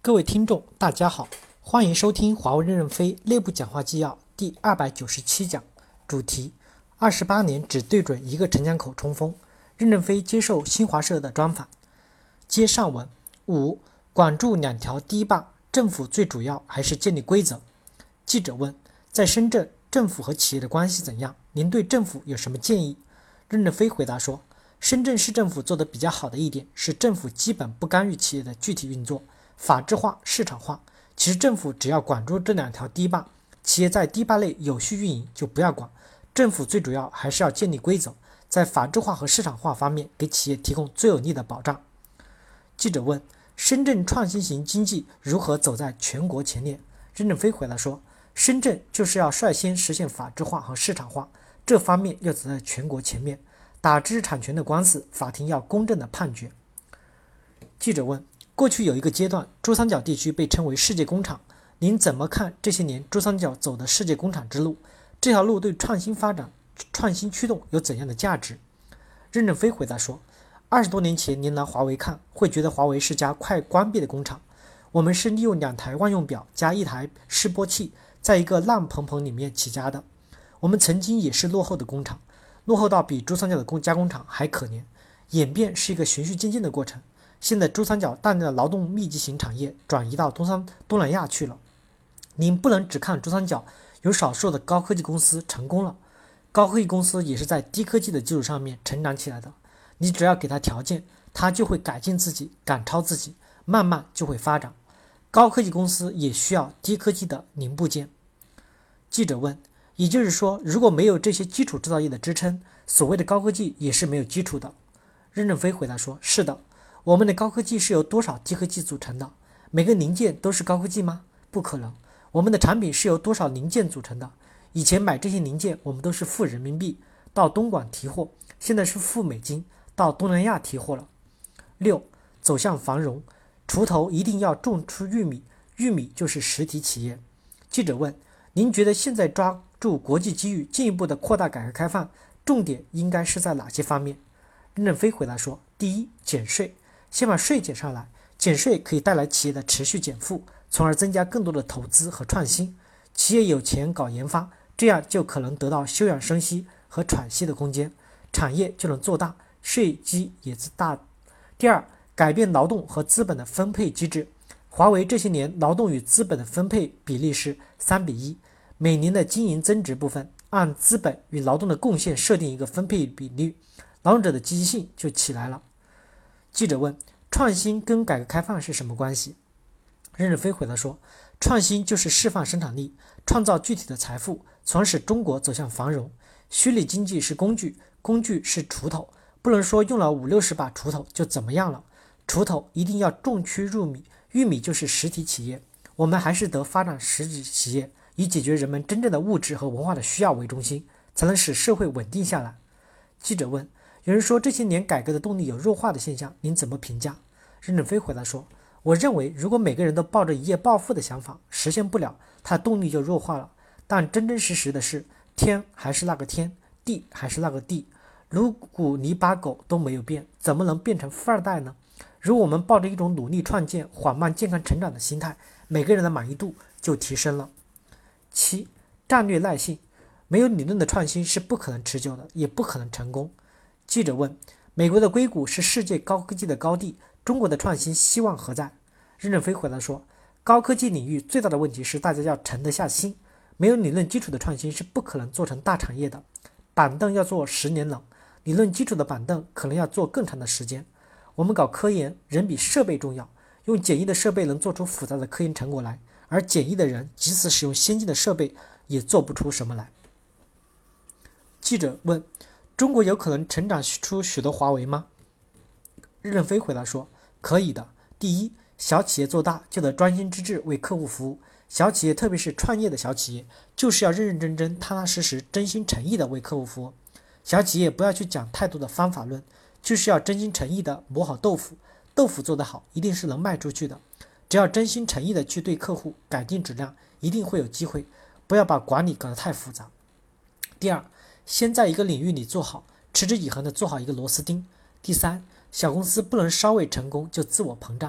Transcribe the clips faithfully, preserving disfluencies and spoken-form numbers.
各位听众，大家好，欢迎收听华为任正非内部讲话纪要第二百九十七讲，主题：二十八年只对准一个城墙口冲锋。任正非接受新华社的专访。接上文。五、管住两条堤坝，政府最主要还是建立规则。记者问：在深圳，政府和企业的关系怎样？您对政府有什么建议？任正非回答说：深圳市政府做得比较好的一点是，政府基本不干预企业的具体运作，法治化、市场化。其实政府只要管住这两条堤坝，企业在堤坝内有序运营就不要管。政府最主要还是要建立规则，在法治化和市场化方面给企业提供最有力的保障。记者问：深圳创新型经济如何走在全国前列？任正非回答说：深圳就是要率先实现法治化和市场化，这方面要走在全国前面。打知识产权的官司，法庭要公正的判决。记者问：过去有一个阶段，珠三角地区被称为世界工厂，您怎么看这些年珠三角走的世界工厂之路？这条路对创新发展、创新驱动有怎样的价值？任正非回答说：二十多年前您来华为看，会觉得华为是家快关闭的工厂。我们是利用两台万用表加一台示波器，在一个烂棚棚里面起家的。我们曾经也是落后的工厂，落后到比珠三角的工加工厂还可怜。演变是一个循序渐进的过程。现在珠三角大量的劳动密集型产业转移到东三东南亚去了。您不能只看珠三角有少数的高科技公司成功了，高科技公司也是在低科技的基础上面成长起来的。你只要给它条件，它就会改进自己，赶超自己，慢慢就会发展。高科技公司也需要低科技的零部件。记者问：也就是说，如果没有这些基础制造业的支撑，所谓的高科技也是没有基础的？任正非回答说：是的。我们的高科技是由多少低科技组成的？每个零件都是高科技吗？不可能。我们的产品是由多少零件组成的？以前买这些零件我们都是付人民币到东莞提货，现在是付美金到东南亚提货了。六、走向繁荣，锄头一定要种出玉米，玉米就是实体企业。记者问：您觉得现在抓住国际机遇，进一步的扩大改革开放，重点应该是在哪些方面？任正非回答说：第一，减税，先把税减上来，减税可以带来企业的持续减负，从而增加更多的投资和创新。企业有钱搞研发，这样就可能得到休养生息和喘息的空间，产业就能做大，税基也是大。第二，改变劳动和资本的分配机制。华为这些年劳动与资本的分配比例是三比一，每年的经营增值部分按资本与劳动的贡献设定一个分配比率，劳动者的积极性就起来了。记者问：创新跟改革开放是什么关系？任正非回答说：创新就是释放生产力，创造具体的财富，从而使中国走向繁荣。虚拟经济是工具，工具是锄头，不能说用了五六十把锄头就怎么样了。锄头一定要种区入米，玉米就是实体企业。我们还是得发展实体企业，以解决人们真正的物质和文化的需要为中心，才能使社会稳定下来。记者问：有人说这些年改革的动力有弱化的现象，您怎么评价？任正非回答说：我认为如果每个人都抱着一夜暴富的想法，实现不了，它动力就弱化了。但真真实实的是，天还是那个天，地还是那个地。如果你把狗都没有变，怎么能变成富二代呢？如果我们抱着一种努力创建、缓慢健康成长的心态，每个人的满意度就提升了。七、战略耐性，没有理论的创新是不可能持久的，也不可能成功。记者问：美国的硅谷是世界高科技的高地，中国的创新希望何在？任正非回答说：高科技领域最大的问题是大家要沉得下心，没有理论基础的创新是不可能做成大产业的。板凳要做十年冷，理论基础的板凳可能要做更长的时间。我们搞科研，人比设备重要，用简易的设备能做出复杂的科研成果来，而简易的人即使使用先进的设备也做不出什么来。记者问：中国有可能成长出许多华为吗？任正非回答说：可以的。第一，小企业做大就得专心致志为客户服务，小企业特别是创业的小企业，就是要认认真真、踏踏实实、真心诚意的为客户服务。小企业不要去讲太多的方法论，就是要真心诚意的磨好豆腐，豆腐做得好一定是能卖出去的。只要真心诚意的去对客户改进质量，一定会有机会。不要把管理搞得太复杂。第二，先在一个领域里做好，持之以恒的做好一个螺丝钉。第三，小公司不能稍微成功就自我膨胀，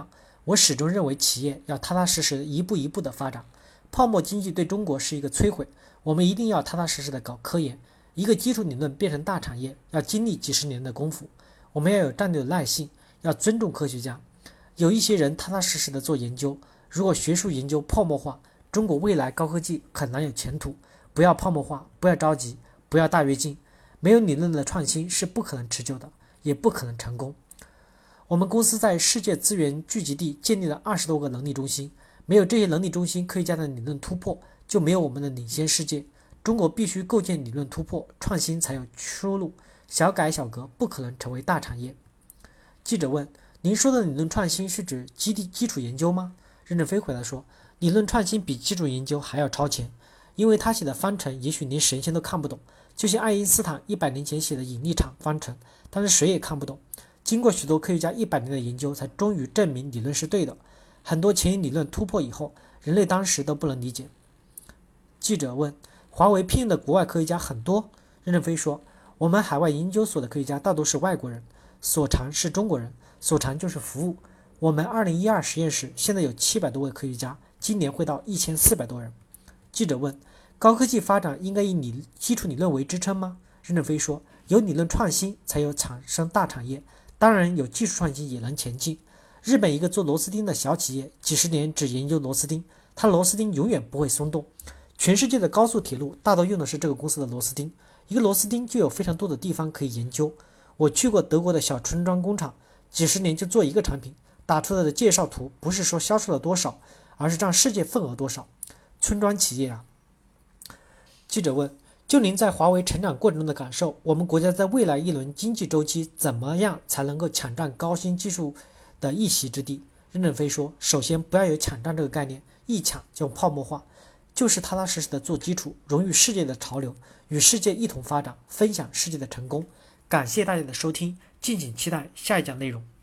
我始终认为企业要踏踏实实的一步一步的发展。泡沫经济对中国是一个摧毁，我们一定要踏踏实实的搞科研。一个基础理论变成大产业，要经历几十年的功夫。我们要有战略的耐性，要尊重科学家。有一些人踏踏实实的做研究，如果学术研究泡沫化，中国未来高科技很难有前途。不要泡沫化，不要着急，不要大跃进。没有理论的创新是不可能持久的，也不可能成功。我们公司在世界资源聚集地建立了二十多个能力中心，没有这些能力中心科学家的理论突破，就没有我们的领先世界。中国必须构建理论突破，创新才有出路，小改小革不可能成为大产业。记者问：您说的理论创新是指基地基础研究吗？任正非回答说：理论创新比基础研究还要超前，因为他写的方程也许连神仙都看不懂，就像爱因斯坦一百年前写的引力场方程，但是谁也看不懂。经过许多科学家一百年的研究，才终于证明理论是对的。很多前沿理论突破以后，人类当时都不能理解。记者问：华为聘用的国外科学家很多？任正非说：我们海外研究所的科学家大多是外国人，所长是中国人，所长就是服务。我们二零一二实验室现在有七百多位科学家，今年会到一千四百多人。记者问：高科技发展应该以理基础理论为支撑吗？任正非说：有理论创新才有产生大产业，当然有技术创新也能前进。日本一个做螺丝钉的小企业，几十年只研究螺丝钉，它螺丝钉永远不会松动。全世界的高速铁路大多用的是这个公司的螺丝钉，一个螺丝钉就有非常多的地方可以研究。我去过德国的小村庄工厂，几十年就做一个产品，打出来的介绍图不是说销售了多少，而是占世界份额多少。村庄企业啊。记者问：就您在华为成长过程中的感受，我们国家在未来一轮经济周期怎么样才能够抢占高新技术的一席之地？任正非说：首先不要有抢占这个概念，一抢就泡沫化，就是踏踏实实的做基础，融入世界的潮流，与世界一同发展，分享世界的成功。感谢大家的收听，敬请期待下一讲内容。